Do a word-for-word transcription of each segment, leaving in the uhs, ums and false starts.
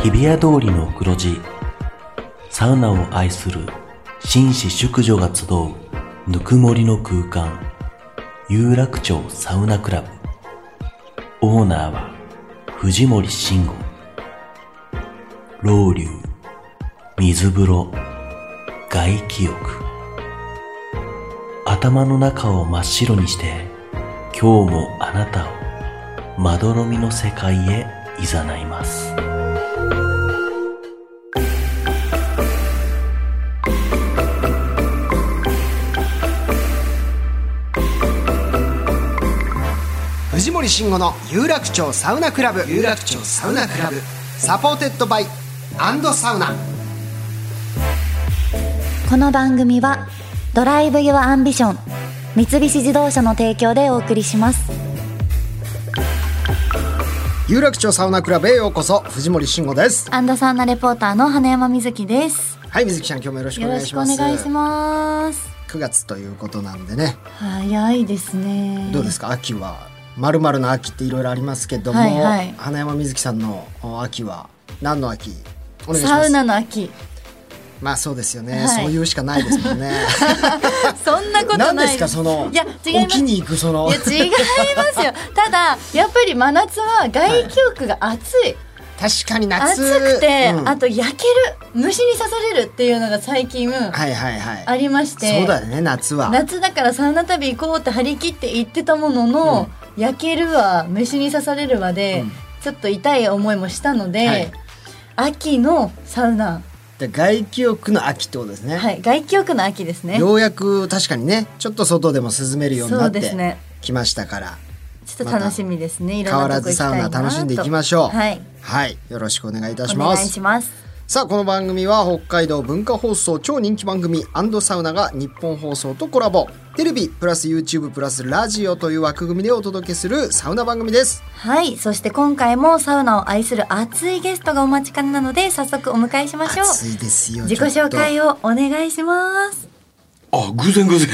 日比谷通りの黒字、サウナを愛する紳士淑女が集うぬくもりの空間、有楽町サウナクラブ。オーナーは藤森慎吾。ロウリュ、水風呂、外気浴。頭の中を真っ白にして今日もあなたをまどろみの世界へ誘います。 藤森慎吾の有楽町サウナクラブ、有楽町サウナクラブサポーテッドバイアンドサウナ。 この番組はドライブユアアンビション三菱自動車の提供でお送りします。 有楽町サウナクラブへようこそ。藤森慎吾です。 アンドサウナレポーターの花山瑞希です。 はい、瑞希ちゃん、今日もよろしくお願いします。 よろしくお願いします。 くがつということなんでね、 早いですね。 どうですか、秋は。〇〇の秋っていろいろありますけども、はいはい、花山瑞希さんの秋は何の秋？お願いします。 サウナの秋。 まあそうですよね、はい、そういうしかないですもんねそんなことない。 何ですかその、 いや違います。 沖に行くそのいや違いますよただやっぱり真夏は外気浴が暑い、 はい、確かに夏暑くて、うん、あと焼ける、虫に刺されるっていうのが最近ありまして、 はいはいはい、そうだね、夏は夏だからサウナ旅行こうって張り切って行ってたものの、うん、焼けるわ虫に刺されるわで、うん、ちょっと痛い思いもしたので、はい、秋のサウナで外気浴の秋ってことですね。 はい、外気浴の秋ですね。 ようやく確かにね、ちょっと外でも涼めるようになってきましたから、 ね、ちょっと楽しみですね。いろんなとこ変わらずサウナ楽しんでいきましょう。 はい、 はい、よろしくお願いいたします。 お願いします。 さあ、この番組は北海道文化放送超人気番組&サウナが日本放送とコラボ、テレビプラス YouTube プラスラジオという枠組みでお届けするサウナ番組です。 はい、そして今回もサウナを愛する熱いゲストがお待ちかねなので、早速お迎えしましょう。 熱いですよ。 自己紹介をお願いします。 あ、偶然偶然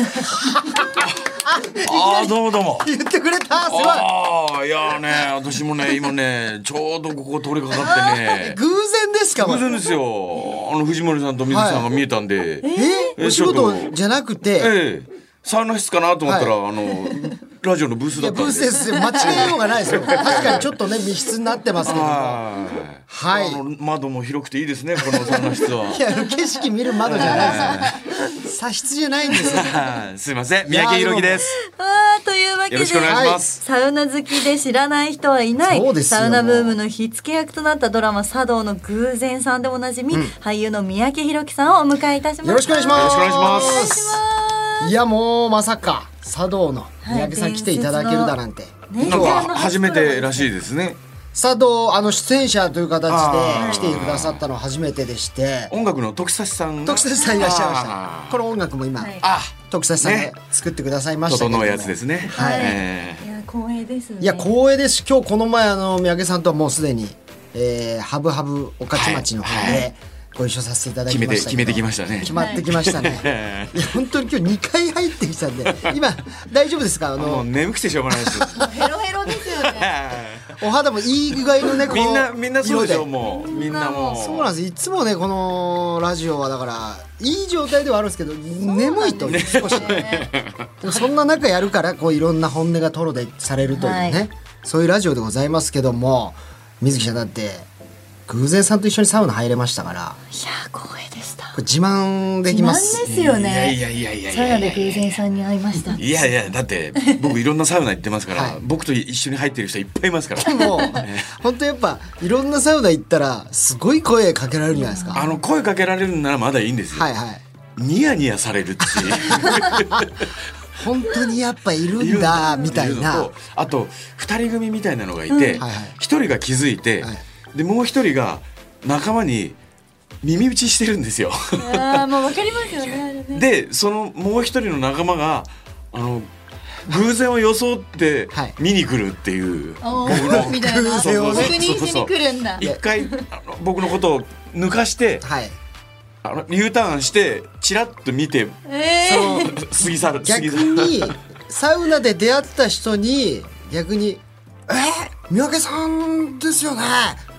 ああ、どうもどうも。 言ってくれた。すごい。 ああ、いやね、私もね、今ね、ちょうどここ通りかかってね。 偶然ですか。 偶然ですよ。あの藤森さんと水木さんが見えたんで。はい、 えー、お仕事じゃなくて。 ええ、サウナ室かなと思ったら、はい、あのラジオのブースだったんで。 ブースですよ。間違いようがないですよ。確かにちょっとね、密室になってますけども。はい。 あの窓も広くていいですね、このサウナ室は。 いや、景色見る窓じゃないです。茶室じゃないんですよ。 すいません、三宅宏樹です。 あー、というわけで、 よろしくお願いします。 サウナ好きで知らない人はいない。サウナブームの火付け役となったドラマ茶道の偶然さんでおなじみ、うん、俳優の三宅宏樹さんをお迎えいたします。 よろしくお願いします。 よろしくお願いします。 いや、もうまさか茶道の三宅さん来ていただけるだなんて、 はい、なんか初めてらしいですね。 茶道、あの出演者という形で来てくださったのは初めてでして、 音楽の徳差さんが徳差さんいらっしゃいました。この音楽も今、はい、徳差さんが作ってくださいましたけども、 整うやつですね。 はい、えー、いや光栄ですね。 いや光栄です。今日この前あの三宅さんとはもうすでに、えー、ハブハブ御徒町の方で、はいはい、ご一緒させていただきましたけど、 決めて決めてきましたね。 決まってきましたね。いや本当に今日にかい入ってきたんで、今大丈夫ですか。あのもう眠くてしょうがないです。 ヘロヘロですよね。 お肌もいい具合のね、 みんなみんなそうでしょ。もうみんなもうそうなんです。いつもね、このラジオはだからいい状態ではあるんですけど、眠いと少し、ね、でもそんな中やるから、こういろんな本音が吐露でされるというね、はい、そういうラジオでございますけども、水木ちゃんだって偶然さんと一緒にサウナ入れましたから。いや光栄でした。 これ自慢できます。 自慢ですよね。 いやいやいやいやサウナで偶然さんに会いました。 いやいや、だって僕いろんなサウナ行ってますから、はい、僕と一緒に入ってる人いっぱいいますから。 でも本当やっぱいろんなサウナ行ったらすごい声かけられるじゃないですか。 あの声かけられるならまだいいんですよ。 はいはい。 ニヤニヤされるっていう。 本当にやっぱいるんだみたいな。 あと二人組みたいなのがいて、一、うん、人が気づいて、はい、でもう一人が仲間に耳打ちしてるんですよ。 あ、もう分かりますよね。 でそのもう一人の仲間があの偶然を装って見に来るっていう、 はい、僕のみたいな偶然をね、確認しに来るんだ。 一回あの僕のことを抜かして、はい、あの U ターンしてチラッと見て、えー、その過ぎ去る。 逆にサウナで出会った人に逆に「えー、三宅さんですよね」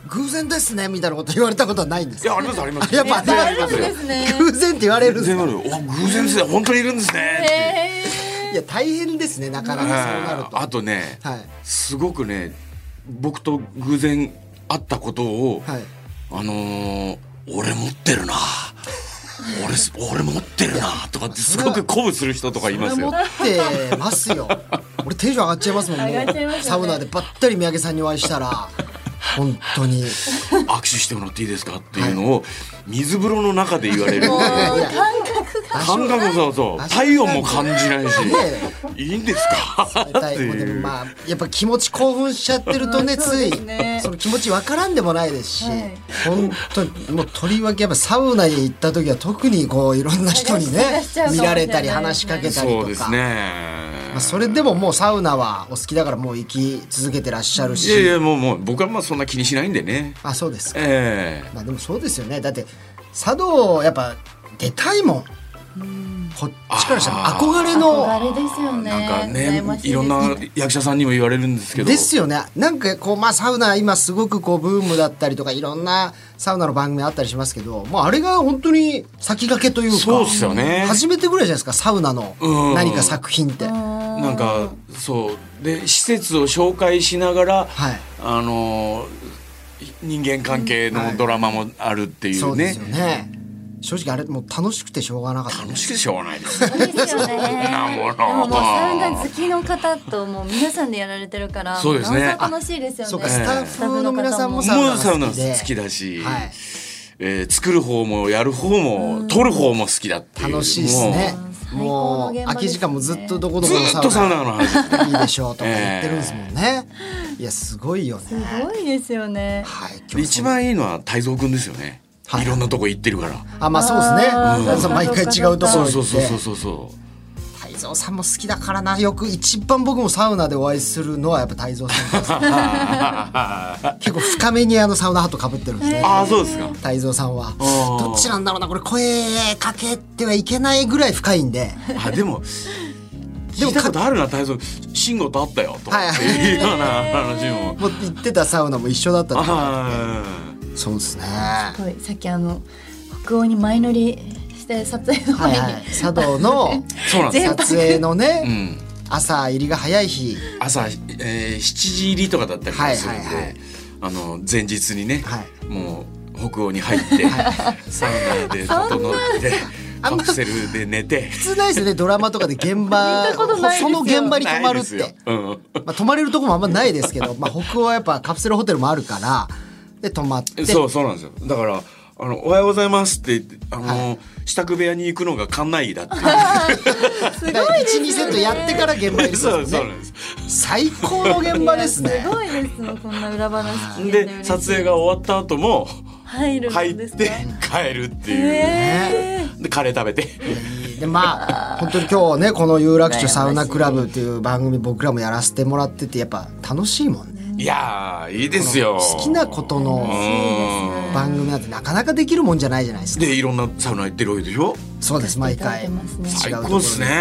偶然ですねみたいなこと言われたことはないんですか？ いやありますあります。 やっぱあるんですね。 偶然って言われるんですか？ 偶然ですね、本当にいるんですねって。 いや大変ですね、なかなかそうなると。 あとね、 はい、 すごくね僕と偶然会ったことを、はい、あのー、俺持ってるな俺, 俺持ってるなとかってすごく鼓舞する人とかいますよ。 それ持ってますよ俺テンション上がっちゃいますもん、もうサウナでばったり三宅さんにお会いしたら本当に握手してもらっていいですかっていうのを水風呂の中で言われる。 もう感覚が感覚そうそう体温も感じないし、いいんですかっていう。 まあやっぱ気持ち興奮しちゃってるとね、ついその気持ちわからんでもないですし、本当にもうとりわけやっぱサウナに行った時は特にこういろんな人にね見られたり話しかけたりとか。 そうですね。 まあ、それでももうサウナはお好きだからもう行き続けてらっしゃるし。 いやいやもうもう僕はまあそんな気にしないんでね。 あ、そうですか。 ええー、 まあでもそうですよね。だって茶道やっぱ出たいもん。こっちからしたら憧れの憧れですよね。 なんかねいろんな役者さんにも言われるんですけど。 ですよね。なんかこうまあサウナ今すごくこうブームだったりとかいろんなサウナの番組あったりしますけど、もうあれが本当に先駆けというか。 そうですよね。 初めてぐらいじゃないですか、サウナの何か作品って。 なんかそうで施設を紹介しながら、はい、あの人間関係のドラマもあるっていうね。 そうですよね。正直あれもう楽しくてしょうがなかった、ね、 楽しくてしょうがないですそうですよね。 なものでももうサウナ好きの方ともう皆さんでやられてるからそうですね、 なおさら楽しいですよね。 そうか、スタッフの皆さんもサウナ好きで好きだし、 はい、 えー、作る方もやる方も撮る方も好きだっていう。 楽しいですね。もう空き時間もずっとどこどこのサウナずっとサウナの話いいでしょうとか言ってるんですもんね、えー、いやすごいよね。 すごいですよね、 はい、 一番いいのは泰造くんですよね、はい、いろんなとこ行ってるから。 あ、まあそうですね、うん、毎回違うところ行って。 そうそうそうそうそう泰造さんも好きだからな。よく一番僕もサウナでお会いするのはやっぱ泰造さんです結構深めにあのサウナハットかぶってるんですね。 ああそうですか。 泰造さんはどっちなんだろうな、これ声かけてはいけないぐらい深いんで。 あでも聞いたことあるな、泰造慎吾と会ったよとかっていうような話ももう行ってたサウナも一緒だったとか。そうですね。 さっきあの北欧に前乗りして撮影の前に、はいはい、 茶道の撮影のね、うん、朝入りが早い日、 朝、えー、しちじ入りとかだったりするんで、はいはいはい、あの前日にね、はい、もう北欧に入ってサウナで整ってカプセルで寝て。 普通ないですよね、ドラマとかで現場その現場に泊まるって、うん、まあ、泊まれるとこもあんまないですけど、まあ、北欧はやっぱカプセルホテルもあるからで泊まって。 そうそうなんですよ。だからあのおはようございますってあの、はい、支度部屋に行くのが館内だっていうすごいですね。 いち、にセットやってから現場に行くんですよね。そうそうなんです。最高の現場ですね。 すごいですよ、こんな裏話聞いて。 で撮影が終わった後も入る入って帰るっていう、ね、でカレー食べてでまあ本当に今日ねこの有楽町サウナクラブっていう番組僕らもやらせてもらっててやっぱ楽しいもんね。 いやいいですよ。 好きなことの番組なんてなかなかできるもんじゃないじゃないですか。 でいろんなサウナ行ってるわけでしょ。 そうです、毎回違うところで。 最高ですね、はい、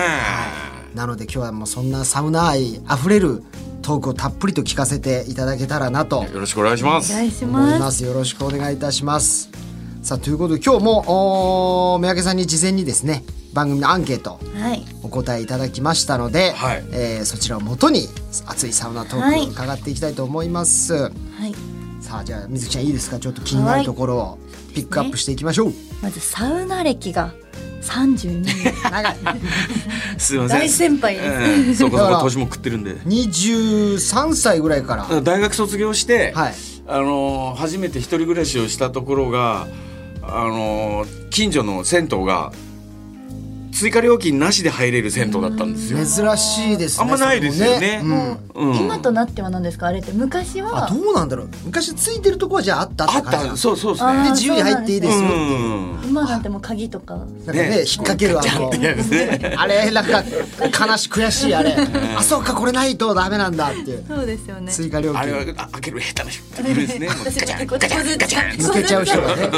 なので今日はもうそんなサウナ愛あふれるトークをたっぷりと聞かせていただけたらなとよろしくお願いしますお願いします思います。よろしくお願いいたします。さあということで今日も三宅さんに事前にですね番組のアンケートお答えいただきましたので、はい、えー、そちらをもとに熱いサウナトークを伺っていきたいと思います、はい、さあじゃあ水木ちゃんいいですか、ちょっと気になるところをピックアップしていきましょう、はい、 まずサウナ歴がさんじゅうにねん長いすいません大先輩です、えー、そこそこ年も食ってるんでにじゅうさんさいぐらいから大学卒業して、はい、あのー、初めて一人暮らしをしたところがあのー、近所の銭湯が追加料金なしで入れる銭湯だったんですよ。 珍しいですね。 あんまないですよね。 うんうん、今となっては何ですかあれって。昔はあどうなんだろう。昔ついてるとこはじゃああったって感じ。 あったそうそうですね。 で自由に入っていいですよっていう。 うん、今なんてもう鍵とかなんかね、ね、引っ掛けるあの、ね、あれなんか悲し悲しいあれあそうかこれないとダメなんだっていう。 そうですよね。 追加料金あれは開ける下手な人いるんですね。ガチャンガチャンガチャン抜けちゃう人がね。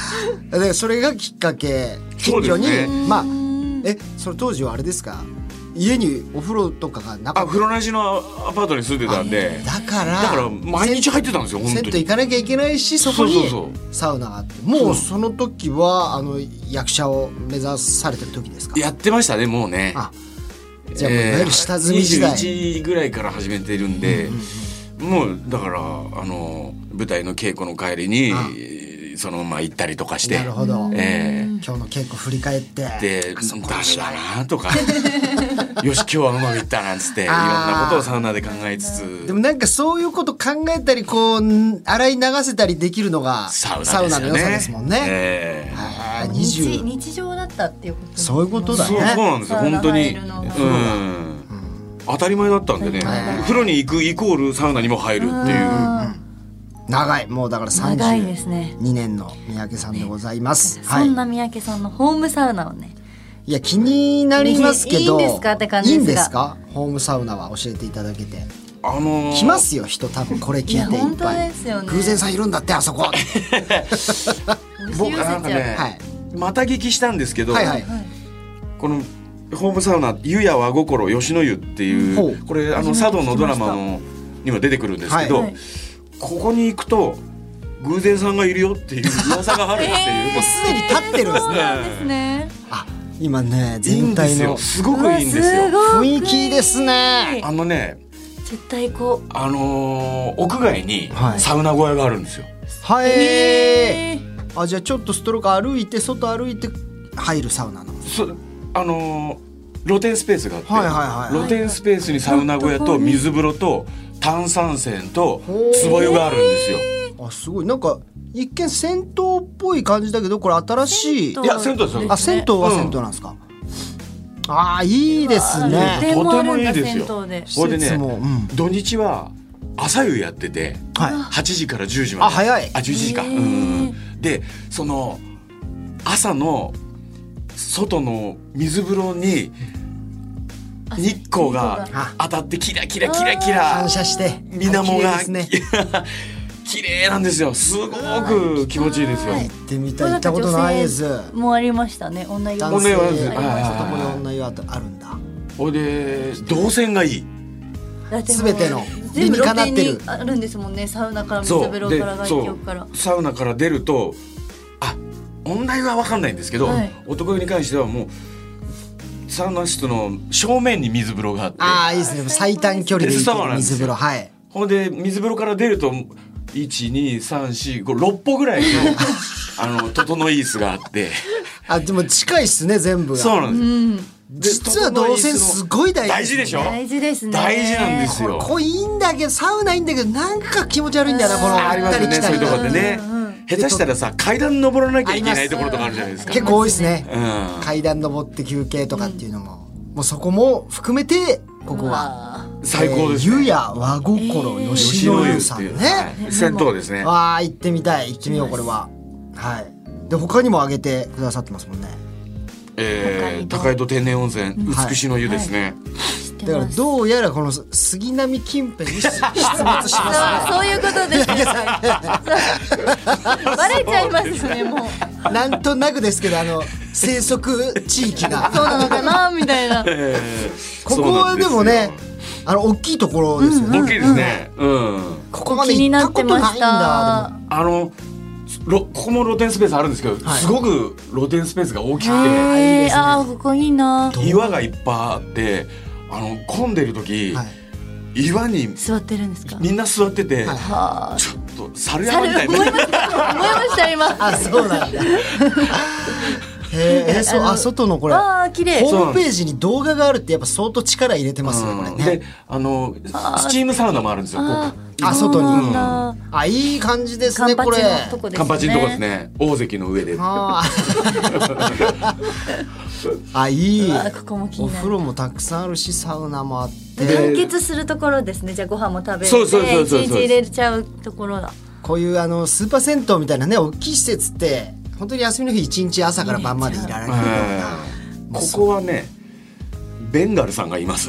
でそれがきっかけ近所に、ね、まあえそれ当時はあれですか家にお風呂とかがなかあった。 風呂なしのアパートに住んでたんで、 だからだから毎日入ってたんですよ本当に。 銭湯行かなきゃいけないし、そこにそうそうそうサウナがあって、もうその時はあの役者を目指されてる時ですか？ やってましたねもうね。 あ、じゃあもういわゆる下積み時代、 にじゅういちぐらいから始めてるんで、もうだからあの舞台の稽古の帰りにそのまま行ったりとかして、 なるほど、 えー、 今日の稽古振り返ってでダメだなとかよし今日はうまくいったなんつっていろんなことをサウナで考えつつ、 でもなんかそういうこと考えたりこう洗い流せたりできるのがサウナですサウナよね。 の良さですもんね、 えー、 あーにじゅう日日常だったっていうことですね。 そういうことだね。 そうそうなんですよ本当に、 サウナ入るのうん、当たり前だったんでね、風呂に行くイコールサウナにも入るっていう。 長い、もうだからさんじゅ長いですねうにねんの三宅さんでございます、 ね、 はい、 そんな三宅さんのホームサウナをね、 いや気になりますけど、 いいんですかって感じですが、 いいんですかホームサウナは教えていただけて。 あのー、 来ますよ人多分これ聞いていっぱい。 いや本当ですよね。 偶然さんいるんだってあそこ僕なんかね、 はい、 また聞きしたんですけど、 はいはい、 このホームサウナ湯屋和心吉野湯っていう、これあの茶道のドラマのにも出てくるんですけど、はい、ここに行くと偶然さんがいるよっていう噂があるっていう、 もうすでに立ってるんですね。 ですね。 あ、今ね全体のすごくいいんですよ。 雰囲気いいですね。 あのね絶対こうあのー、屋外にサウナ小屋があるんですよ。 はい、へー、あ、じゃあちょっとストローク歩いて外歩いて入るサウナのそあのー、露天スペースがあって、 はいはいはい、 露天スペースにサウナ小屋と水風呂と炭酸泉と壺湯があるんですよ。 あ、すごい、なんか一見銭湯っぽい感じだけどこれ新しい。 いや銭湯ですよ。 あ、銭湯は銭湯なんですか、うん、あーいいですね。 とてもいいですよ。これでね、うん、土日は朝湯やってて、はい、はちじからじゅうじまで。 あ、早い。 あ、じゅういちじか、うん、でその朝の外の水風呂に日光が当たってキラキラキラキラ反射して水面が綺麗ですね。 綺麗なんですよ。すごく気持ちいいですよ。 行ってみたい。行ったことないです。 もうありましたね。女湯。 男性ありました。外も女湯あるんだ。 ほいで動線がいい。 すべての理にかなってる。あるんですもんね。サウナから水風呂から外気浴から。 サウナから出ると、あ、女湯は分かんないんですけど、はい、男湯に関してはもうサウナ室の正面に水風呂があって。 ああ、いいですね。最短距離で行ける水風呂。はい。 ほんで水風呂から出るといち、に、さん、し、ご、ろっぽぐらいのあの整い椅子があって。 あ、でも近いっすね全部が。 そうなんです。 うん、実は動線すごい大事。 大事でしょ。 大事ですね。 大事なんですよ。 これいいんだけどサウナいいんだけどなんか気持ち悪いんだよなこの。 ありますよねそういうところでね。下手したらさ階段登らなきゃいけないところとかあるじゃないですか。 結構多いですね、 うん、 階段登って休憩とかっていうのも、うん、もうそこも含めてここは最高ですね。 湯屋和心吉野湯さんね、 はい、銭湯ですね。 わあ行ってみたい。行ってみようこれは。はい。で他にも挙げてくださってますもんね。 えー、高井戸天然温泉美しの湯ですね、 はい、だからどうやらこの杉並近辺に出没しますね。 そういうことですね。バレちゃいますよねもう。 なんとなくですけどあの生息地域がそうなのかなみたいな、 えー、ここはでもねあの大きいところですよね、 うん、大きいですね、うんうん、 ここまで行ったことないんだ。 あのここも露天スペースあるんですけど、はい、すごく露天スペースが大きくて、 えー、あーここいいな。 岩がいっぱいあってあの混んでる時、はい、岩に座ってるんですか。 みんな座ってて、はい、ちょっと猿山みたいな。 思いました今。 あ、そうなんだ。へえ、そう、あ、外のこれあ綺麗。 ホームページに動画があるってやっぱ相当力入れてますよ、これね。 で、あのスチームサウナもあるんですよ。 あ、外に、うん、あ、いい感じですねこれ。 カンパチのとこですね。大関の上で。 ああ、いい。 あ、ここも気になる。 お風呂もたくさんあるしサウナもあって。 完結するところですね。じゃあご飯も食べてそうそうそうそう一日入れちゃうところだ。 こういうあのスーパー銭湯みたいなね大きい施設って本当に休みの日一日朝から晩までいられるような。 ここはねベンガルさんがいます。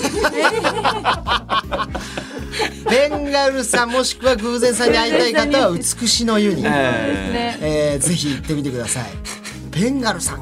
ベンガルさんもしくは偶然さんに会いたい方は美しの湯に、えーえー、ぜひ行ってみてください。ベンガルさんか。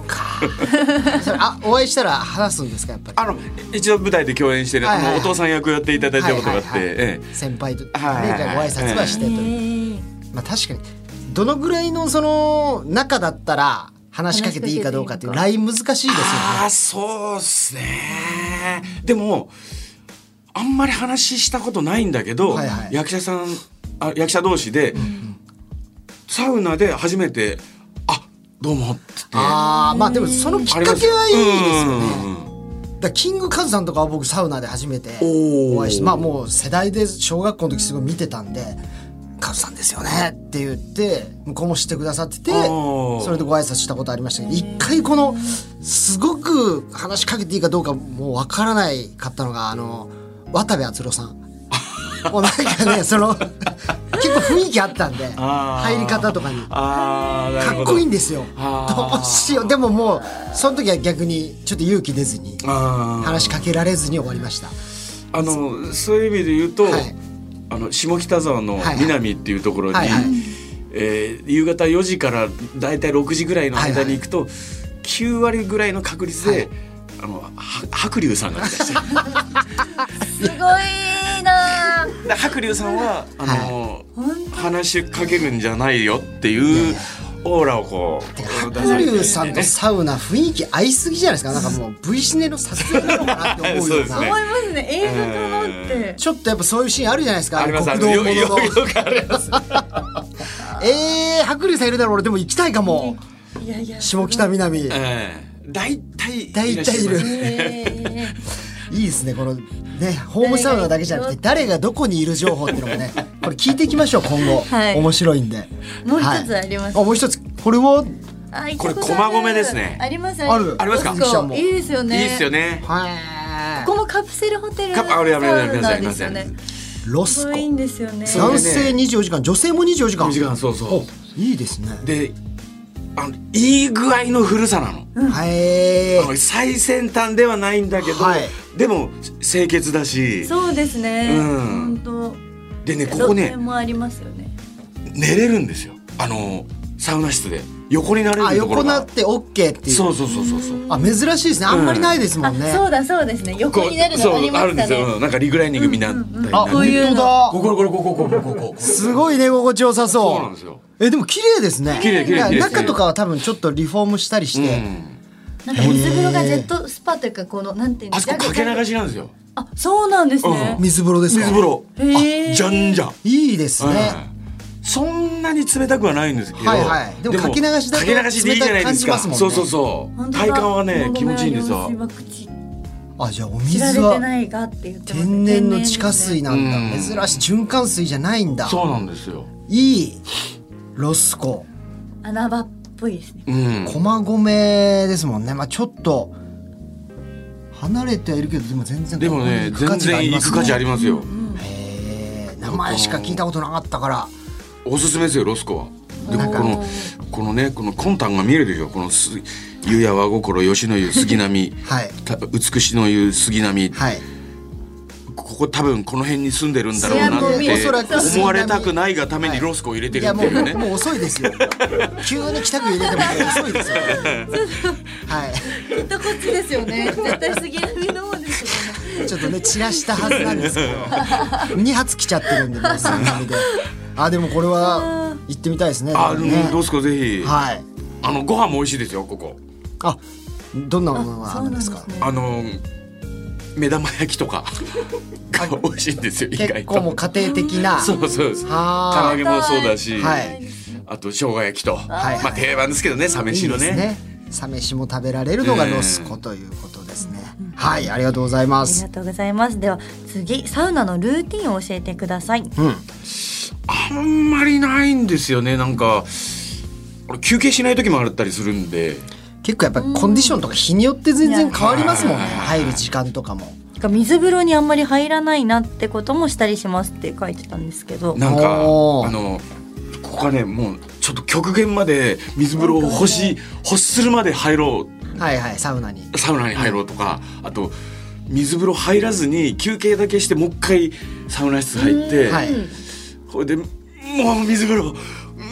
それあお会いしたら話すんですかやっぱり。 あの一度舞台で共演してる、 はいはいはい、 あのお父さん役をやっていただいたことがあって、 はいはいはいええ、 先輩と、ね、 はいはい、 じゃあご挨拶はしてという、まあ、確かにどのぐらいのその中だったら話しかけていいかどうかっていうライン難しいですよね。 あそうっすね。でもあんまり話したことないんだけど、はいはい、役者さんあ役者同士で、うんうん、サウナで初めてあどうもって言って、 あまあでもそのきっかけはいいですよね。だキングカズさんとかは僕サウナで初めてお会いして、まあもう世代で小学校の時すごい見てたんで、カズさんですよねって言って向こうも知ってくださってて、それでご挨拶したことありましたけど、一回このすごく話しかけていいかどうかもう分からないかったのがあの渡部篤郎さんもうなんかねその結構雰囲気あったんで入り方とかにあかっこいいんですよ。どうしよう。でももうその時は逆にちょっと勇気出ずに話しかけられずに終わりました。 あのそういう意味で言うと、はい、あの下北沢の南っていうところに、はいはいえー、夕方よじからだいたいろくじぐらいの間に行くと、はいはい、きゅうわりぐらいの確率で、はい、あの白龍さんがいらっしゃるすごいな。 白龍さんはあの、はい、話しかけるんじゃないよっていうオーラをこう白龍さんとサウナ雰囲気合いすぎじゃないですか。なんかもう V シネの撮影なのかなって思うような思いますね。映画かなって、えー、 ちょっとやっぱそういうシーンあるじゃないですか。 あります。 国道もののよくありますえー、白龍さんいるだろう。俺でも行きたいかも。 いやいや下北南、えー、大体大体いる、えー、いいですねこのねホームサウナだけじゃなくて誰がどこにいる情報っていうのもねこれ聞いていきましょう今後、はい、面白いんで。 もう一つあります、 はい、あもう一つこれはあこれ駒込ですね。 ありますあるありますか。 いいですよね。 いいですよね。 はいここもカプセルホテルサウナですよね。 ロスコいいんですよね。 男性にじゅうよじかん女性もにじゅうよじかんにじゅうよじかんそうそういいですね。 であのいい具合の古さなの、 うん、はい最先端ではないんだけど、はい、でも清潔だし。 そうですね、うん、本当でねここねもありますよね。 寝れるんですよあのサウナ室で横になれるところが。 あ横なって OK っていう。 そうそうそうそうそう。 あ珍しいですね。あんまりないですもんね、 うん、そうだそうですね。横になるのありましたね。あるんですよ。 なんかリクライニングみたいな、うんうんうん、 あ本当だ。 こここれここここここすごい寝心地よさそう。 そうなんですよ。 えでも綺麗ですね。 綺麗綺麗綺麗。 中とかは多分ちょっとリフォームしたりして、うん、 なんか水風呂がジェットスパというかこのなんていうんですか。 あそこかけ流しなんですよ。 あそうなんですね、 うん、水風呂ですか。 水風呂。あじゃんじゃん。 いいですね、 うん、そんなに冷たくはないんですけど、 はいはい、でもかけ流しだと冷たく感じますもんね。 そうそうそう体感はね気持ちいいんですよ。 あじゃあお水は天然の地下水なんだ、うん、珍しい循環水じゃないんだ。 そうなんですよ。 いいロスコ穴場っぽいですね、 うん、駒込ですもんね。まあちょっと離れてはいるけどでも全然でもね全然行く価値ありますよ、うん、 へえ名前しか聞いたことなかったからおすすめですよロスコは。でこのこのねこの魂胆が見えるでしょ。この湯や和心吉の湯杉並、はい、美しの湯杉並、はい、ここ多分この辺に住んでるんだろうなって思われたくないがためにロスコを入れてるっていうね、はい、いやもう、もう遅いですよ急に北区入れても遅いですよはいきっとこっちですよね絶対杉並の方ですよね。 ちょっとね散らしたはずなんですけどに発来ちゃってるんでもう杉並であでもこれは行ってみたいですね。 あねロスコぜひ、 はい、 あのご飯も美味しいですよここ。 あどんなものがあるんですか。 あの目玉焼きとかが美味しいんですよ。意外と結構もう家庭的なそうそうです。唐揚げもそうだし、はい、あと生姜焼きと、はい、まあ定番ですけどねサ飯のね。いいですね。サ飯も食べられるのがロスコということですね、えー、はいありがとうございます。 ありがとうございます。では次サウナのルーティンを教えてください。うん、 あんまりないんですよね。なんか休憩しない時もあったりするんで結構やっぱりコンディションとか日によって全然変わりますもんね。入る時間とかも水風呂にあんまり入らないなってこともしたりしますって書いてたんですけど、 なんかあのここはねもうちょっと極限まで水風呂を欲し欲するまで入ろう、 はいはいサウナにサウナに入ろうとか、あと水風呂入らずに休憩だけしてもう一回サウナ室入って、はい、これでもう水風呂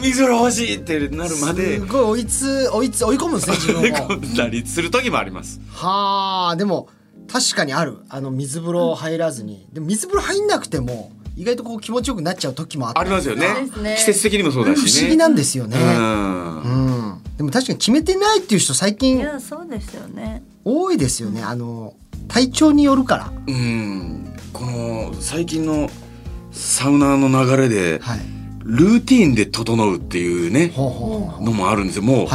水風呂欲しいってなるまですごい追いつ追いつ追い込むんですね自分を。 追い込んだりする時もあります。 はあでも確かにある。あの水風呂入らずに、でも水風呂入んなくても意外とこう気持ちよくなっちゃう時もあってありますよね。 ね季節的にもそうだしね。 不思議なんですよね。 うんうん、でも確かに決めてないっていう人最い近やそうですよね。 多いですよね。あの体調によるから。 うんこの最近のサウナの流れで、 はい、 ルーティーンで整うっていうねほうほうほうのもあるんですよ。もう、 はい、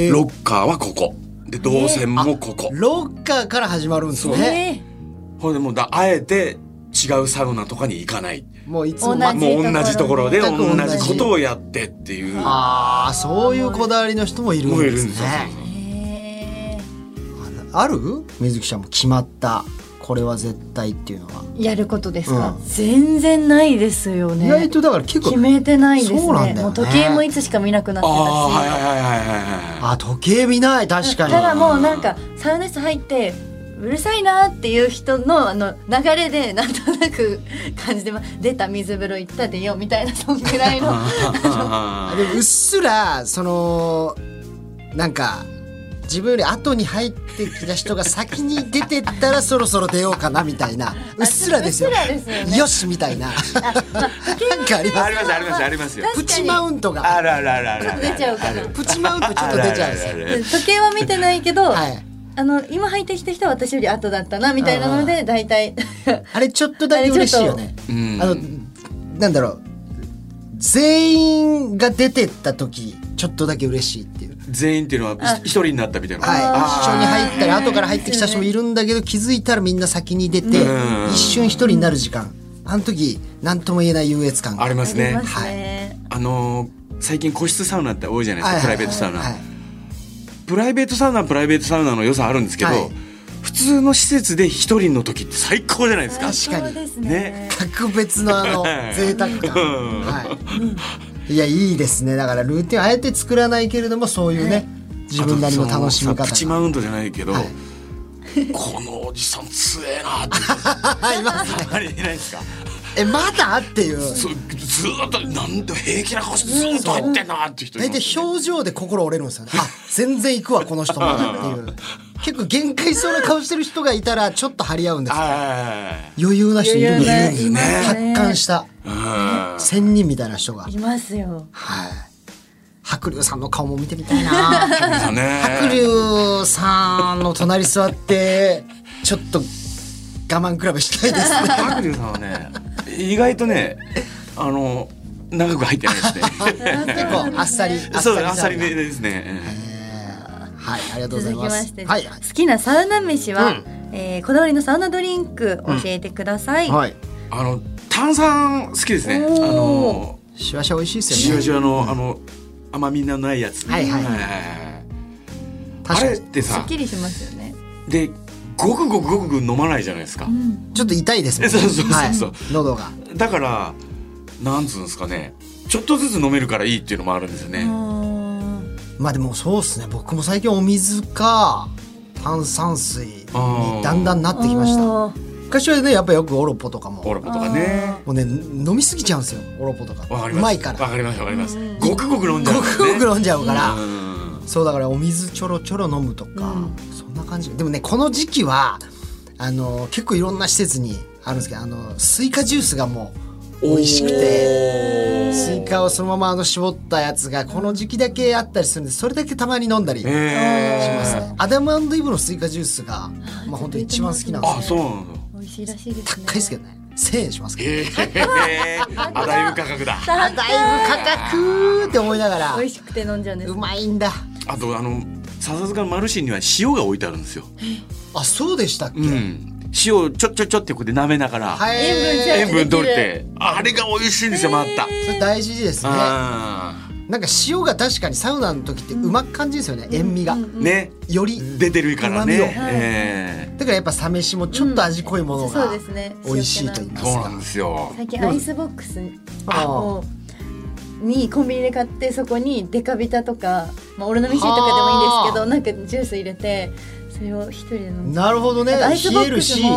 ロッカーはここで動線もここ、 ロッカーから始まるんですね。 ほんでもうだあえて違うサウナとかに行かない。 もういつも同じもう同じところで同全く同じじことをやってっていう。 ああそういうこだわりの人もいるんもういでするんですよ。 ね。ある水木ちゃんも決まったこれは絶対っていうのはやることですか、 うん、 全然ないですよね。 意外とだから結構決めてないですね。 そうなんだよね。 もう時計もいつしか見なくなってたし、 ああはいはいはいはいはい。 あ時計見ない確かに。 ただもうなんかサウナ室入ってうるさいなっていう人のあの流れでなんとなく感じで、ま、出た水風呂行ったでよみたいなそんぐらいのでもうっすらそのなんか自分より後に入ってきた人が先に出てったらそろそろ出ようかなみたいなうっすらですよ。 うっすらですよね。 よしみたいななんかありますありますありますありますよ。 プチマウントがあるあるあるあるある。 出ちゃうかな。 プチマウントちょっと出ちゃうんですよ。 あるあるある時計は見てないけど、 はい、 あの今入ってきた人は私より後だったなみたいなので大体あれちょっとだけ嬉しいよね。 うんあのなんだろう全員が出てった時ちょっとだけ嬉しいっていう。 全員っていうのは一人になったみたいな。 はい、 あ一緒に入ったり後から入ってきた人もいるんだけど気づいたらみんな先に出てうん一瞬一人になる時間、あの時何とも言えない優越感がありますね。 ありますね。 あのー最近個室サウナって多いじゃないですか、プライベートサウナ、 はいプライベートサウナはプライベートサウナの良さあるんですけど、 はい普通の施設で一人の時って最高じゃないですか。 確かにそうですねね格別のあの贅沢感、 うんはい、いやいいですね。だからルーティンあえて作らないけれどもそういうね、はい、自分なりの楽しみ方がプチマウントじゃないけど、 はい、 このおじさん強えなっていますね。 あれいないですか。 えまだっていうずずーっとなんで平気な顔してずーっと入ってんなっていう人い大ます体表情で心折れるんですよね。あ全然行くわこの人まだっていう結構限界そうな顔してる人がいたらちょっと張り合うんですよ。余裕な人いるの余裕ねねいますね発汗した仙人みたいな人がいますよ。 はい。白龍さんの顔も見てみたいな。 ね白龍さんの隣座ってちょっと我慢比べしたいですね。 白龍さんはね意外とねあの長く入ってないですね。 結構あっさりそうあっさりめめですね。 はいありがとうござい続きま。 ますして、 はい好きなサウナ飯は、 うんえーこだわりのサウナドリンク教えてください。 はい。 あの炭酸好きですね。あおーのシュワシュワ美味しいですシュよね。 ワシュワのあの甘みのないやつ。 はいはいはいあ確かにれってさすっきりしますよね。 でごくごくごくごく飲まないじゃないですか。 ちょっと痛いですもんね。 そうそうそうそうはい喉が。 だからなんつうんですかねちょっとずつ飲めるからいいっていうのもあるんですよね。 まあでもそうですね。僕も最近お水か炭酸水にだんだんなってきました。 あ昔はねやっぱよくオロポとかもオロポとかね。 もうね飲みすぎちゃうんですよオロポとか。 わかります。 うまいからわかりますわかります。ごくごく飲んじゃうごんですね。 くごく飲んじゃうから、 うんそうだからお水ちょろちょろ飲むとか、そんな感じ。でもねこの時期はあの結構いろんな施設にあるんですけど、あのスイカジュースがもう美味しくて、スイカをそのままあの絞ったやつがこの時期だけあったりするんで、それだけたまに飲んだりしへますね。アダム&イブのスイカジュースがまあ本当に一番好きなんですよ。 あそうなんだ。 美味しいらしいですね。 高いですけどねせんえんしますけど、 えー、あだいぶ価格だ。 だいぶ価格って思いながら美味しくて飲んじゃうんです。 うまいんだ。 あとあの笹塚のマルシンには塩が置いてあるんですよ。 あそうでしたっけ、 うん塩をちょちょちょってこうやって舐めながら、 はい塩分ちゃん塩分取れてあれが美味しいんですよまた。 それ大事ですね。 あなんか塩が確かにサウナの時ってうまく感じるんですよね、塩味が、 ーねより出てるからね。 旨味をえだからやっぱサ飯もちょっと味濃いものそうがですね。 美味しいと言いーますか。 そうなんですよ。 最近アイスボックスあをにコンビニで買ってそこにデカビタとか、まあ、オロナミン C とかでもいいんですけどなんかジュース入れてそれを一人で飲んでなるほどね。 アイスボックス冷えるし、 も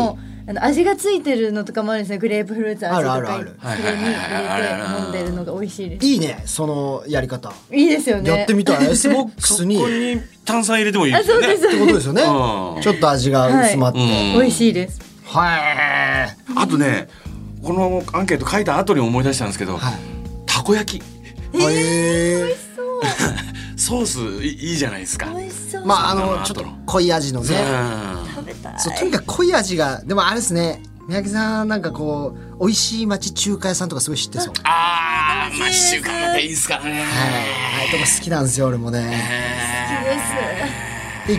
あの味がついてるのとかもあるんですよ。グレープフルーツ味とかあるあるそれに入れて飲んでるのが美味しいです。 いいねそのやり方。 いいですよね。 やってみたい。アイスボックスにそこに炭酸入れてもいいですよね。 あ、そうですってことですよね。 うんちょっと味が薄まって、 はいはい、 美味しいです。 あとねこのアンケート書いた後に思い出したんですけど、 はい、 たこ焼き、 えー、美味しそうソースいいいじゃないですか。 美味しそう。 まああのちょっと濃い味のね、 食べたい。 そうとにかく濃い味が。でもあれですね、三宅さんなんかこう美味しい町中華屋さんとかすごい知ってそう。 あー、まあ週間だっていいですからね。 はい、あれとか好きなんですよ俺もね。 好きです。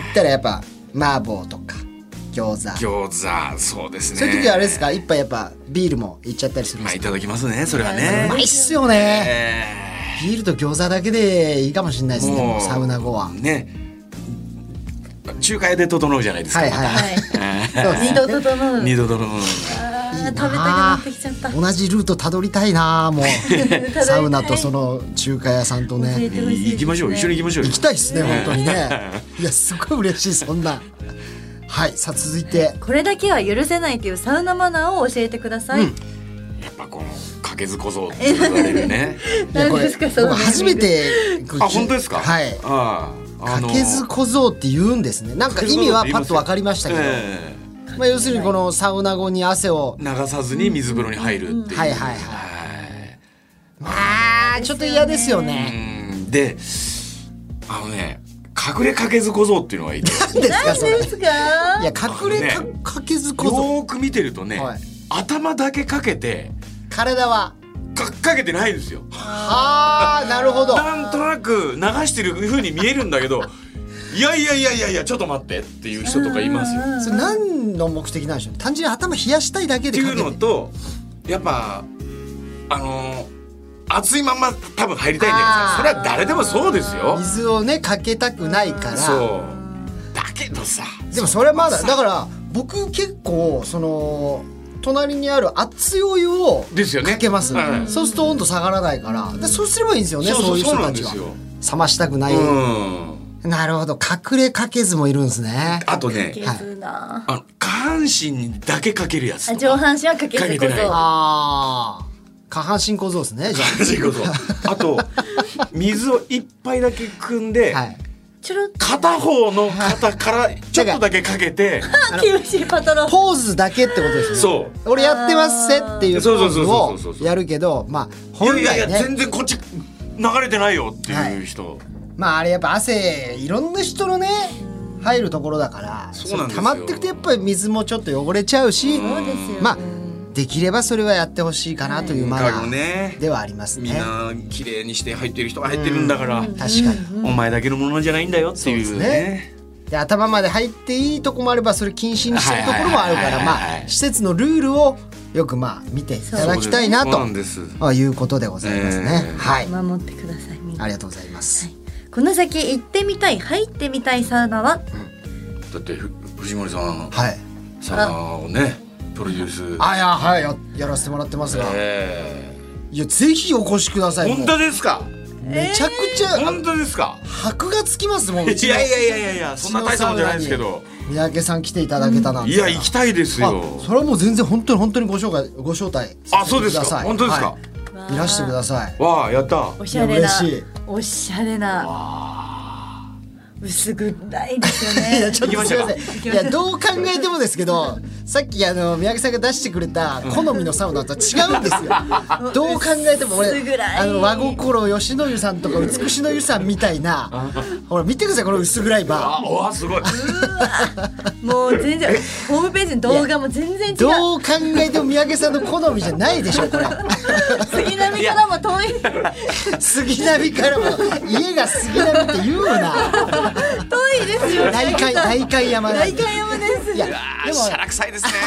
で言ったらやっぱ麻婆とか餃子。 餃子、そうですね。 そういう時はあれですか、一杯やっぱビールもいっちゃったりするんですか。 まあいただきますね、それはね。 うまいっすよね、 えビールと餃子だけでいいかもしれないですね。 もうもうサウナ後はね、中華屋で整うじゃないですか。 はいはいはいそうですね二度と整う。 二度整う。 あー食べたくなってきちゃった。 同じルートたどりたいなもうサウナとその中華屋さんとね行きましょう、一緒に行きましょう。 行きたいですね本当にね。いやすごい嬉しいそんな。はい、さあ続いてこれだけは許せないというサウナマナーを教えてください。 うんやっぱこのかけず小僧って言われるね。 いやこれ何ですかその僕初めてあ、本当ですか。 はいああ、あのかけず小僧って言うんですね。なんか意味はパッと分かりましたけど、 えまあ、要するにこのサウナ後に汗をえ流さずに水風呂に入るっていう。 はいはいはいはいまあちょっと嫌ですよね。 うんで、あのね、隠れかけず小僧っていうのがいて、 何ですかそれ。いですか。 や隠れかあのねかけず小僧。 よーく見てるとね、 はい頭だけかけて体はかかけてないんですよ。 ああなるほど。 なんとなく流してる風に見えるんだけど、いやいやいやいやいやちょっと待ってっていう人とかいますよ。 それ何の目的なんでしょう。単純に頭冷やしたいだけっていうでかけて。 のと、やっぱあのー、熱いまんま多分入りたいんじゃないですか。それは誰でもそうですよ。 水をねかけたくないから。 そうだけどさ、 でもそれはまだだから僕結構その隣にある熱いお湯をですよねかけます、 はいそうすると温度下がらないからでそうすればいいんですよね。 そうそうそういう人たちはそうなんですよ。 冷ましたくない、 うんなるほど。隠れかけずもいるんですね。 あとね、 削な。 あの下半身にだけかけるやつとか。 あ上半身はかけずこそ。 かけてないああ下半身小僧ですねじゃ下半身こそ。あと水を一杯だけ汲んで、 あはいちょろっと片方の肩からちょっとだけかけて、 厳しいパトロン。 ポーズだけってことですね。 そう俺やってますせっていうポそうそうーズそうそうそうをやるけどまあい本来やいやいやね全然こっち流れてないよっていう人、 まああれやっぱ汗いろんな人のね入るところだからそうなんですよ溜まってくとやっぱり水もちょっと汚れちゃうしそうですよ。 まあできればそれはやってほしいかなというマナだからねーではありますね。 みんな綺麗にして入ってる人が入ってるんだから、 確かに。 お前だけのものじゃないんだよっていうそうですねねで頭まで入っていいとこもあればそれ禁止にしてるところもあるからまはいはいはいはいあ施設のルールをよくまあ見ていただきたいなそうとなんです。 まあいうことでございますね。 えーはい守ってください。みんなありがとうございます。 この先行ってみたい入ってみたいサウナは。 だってふ藤森さんはい。 サウナをねプロデュース、 あいやはいややらせてもらってますが、 えいやぜひお越しくださー、 い。 本当ですか？ めちゃくちゃ、 本当ですか？ 箔がつきますもん。 いやいやいやいやいやそんな大したもんじゃないですけど。 三宅さん来ていただけたなんて。 いや行きたいですよ。 あそれはもう全然本当に本当にご紹介ご招待さあそうですか。 せてください。 本当ですか？ はいいらしてください。 わあやった。 おしゃれな嬉しい。 おしゃれな薄暗いですよいやね。 ちょっとすみません。いやどう考えてもですけど、さっきあの三宅さんが出してくれた好みのサウナとは違うんですよ。どう考えても俺薄暗いあの和心吉野湯さんとか美しの湯さんみたいな、ほら見てくださいこの薄暗いバあわすごい。 もう全然ホームページの動画も全然違ー。 う。 どう考えても三宅さんの好みじゃないでしょこれ。 杉並からも遠い。 杉並からも家が杉並って言うな。 遠いですよ。 代官代官山なんで代官山です。 いやあでーしゃらくさいですね。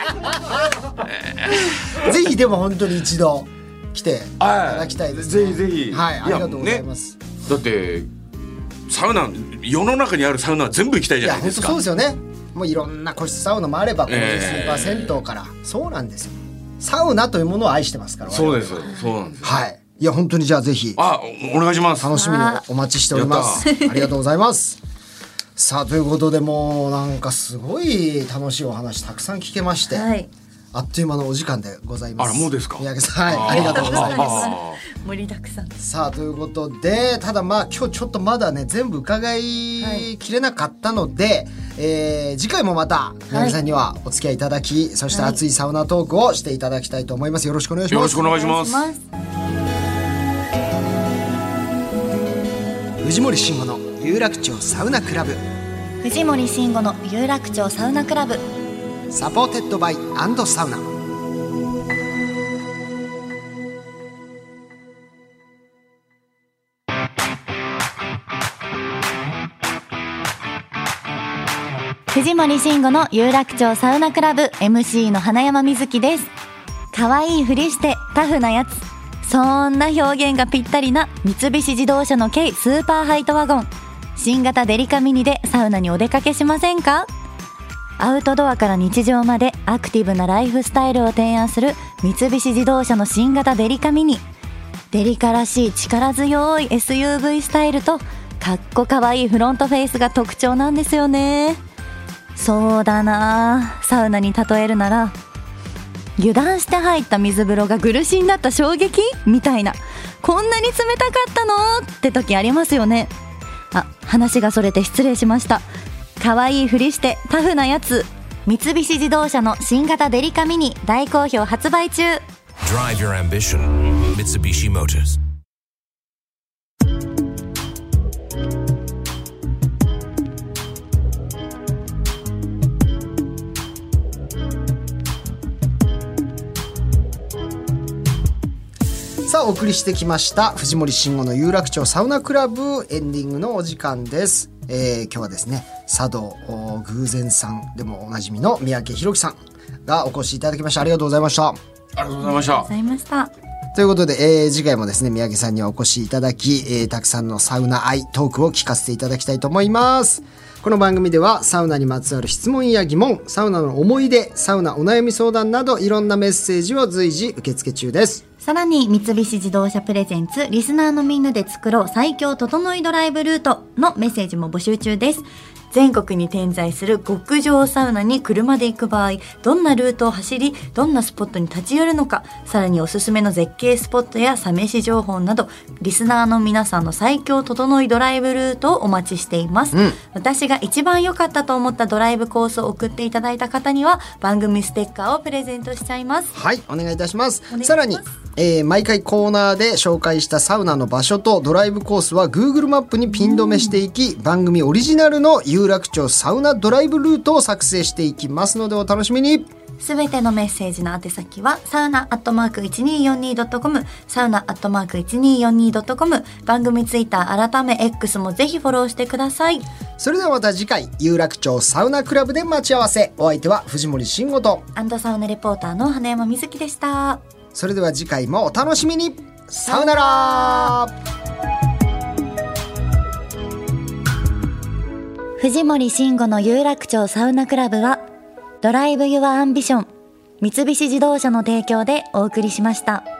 もぜひでも本当に一度来ていただきたいです、ね。 ぜひぜひ。 はいありがとうございます。 ね、だってサウナ世の中にあるサウナは全部行きたいいじゃないですか。 や本当そうですよね。もういろんな個室サウナもあればこのスえーーパー銭湯から、そうなんですよ。サウナというものを愛してますから。 そうです我々はそうなんです。 はい。いや本当にじゃあぜひあおお願いします。 楽しみにお待ちしております。ありがとうございます。 さあということでもうなんかすごい楽しいお話たくさん聞けまして、はい、あっという間のお時間でございます。 あらもうですか。 三宅さん、はい、ありがとうございます。 盛りだくさんです。 さあということでただまあ今日ちょっとまだね全部伺いきれなかったので、はい、えー、次回もまた三宅さんにはお付き合いいただき、はい、そして熱いサウナトークをしていただきたいと思います。よろしくお願いします。 よろしくお願いします。 藤森慎吾の有楽町サウナクラブ。 藤森慎吾の有楽町サウナクラブ。 サポーテッドバイ&サウナ。 藤森慎吾の有楽町サウナクラブ エムシー の花山瑞希です。可愛いふりしてタフなやつ、そんな表現がぴったりな三菱自動車の軽スーパーハイトワゴン新型デリカミニでサウナにお出かけしませんか？アウトドアから日常までアクティブなライフスタイルを提案する三菱自動車の新型デリカミニ。デリカらしい力強い エスユーブイ スタイルとかっこかわいいフロントフェイスが特徴なんですよね。そうだな、サウナに例えるなら油断して入った水風呂が苦しになった衝撃みたいな、こんなに冷たかったのって時ありますよね。あ、話がそれて失礼しました。可愛いふりしてタフなやつ、三菱自動車の新型デリカミニ大好評発売中。 Drive your ambition, Mitsubishi Motors。 さあお送りしてきました藤森慎吾の有楽町サウナクラブエンディングのお時間です。えー、今日はですね茶道偶然さんでもおなじみの三宅宏樹さんがお越しいただきました。ありがとうございました。 ありがとうございました。 ございました。 ということで、えー、次回もですね三宅さんにはお越しいただき、えー、たくさんのサウナ愛トークを聞かせていただきたいと思います。この番組ではサウナにまつわる質問や疑問、サウナの思い出、サウナお悩み相談などいろんなメッセージを随時受付中です。 さらに三菱自動車プレゼンツリスナーのみんなで作ろう最強整いドライブルートのメッセージも募集中です。全国に点在する極上サウナに車で行く場合、どんなルートを走りどんなスポットに立ち寄るのか、さらにおすすめの絶景スポットやサ飯情報などリスナーの皆さんの最強整いドライブルートをお待ちしています、うん、私が一番良かったと思ったドライブコースを送っていただいた方には番組ステッカーをプレゼントしちゃいます。 はい、お願いいたします。さらにえー、毎回コーナーで紹介したサウナの場所とドライブコースは Google マップにピン止めしていき、番組オリジナルの有楽町サウナドライブルートを作成していきますのでお楽しみに。 すべてのメッセージの宛先はサウナアットマーク いちにーよんにードットコム サウナアットマーク いちにーよんにードットコム、 番組ツイッター改め X もぜひフォローしてください。 それではまた次回有楽町サウナクラブで待ち合わせ。お相手は藤森慎吾とアンドサウナレポーターの花山瑞希でした。 それでは次回もお楽しみに。さよなら。 藤森慎吾の有楽町サウナクラブはドライブユアアンビション三菱自動車の提供でお送りしました。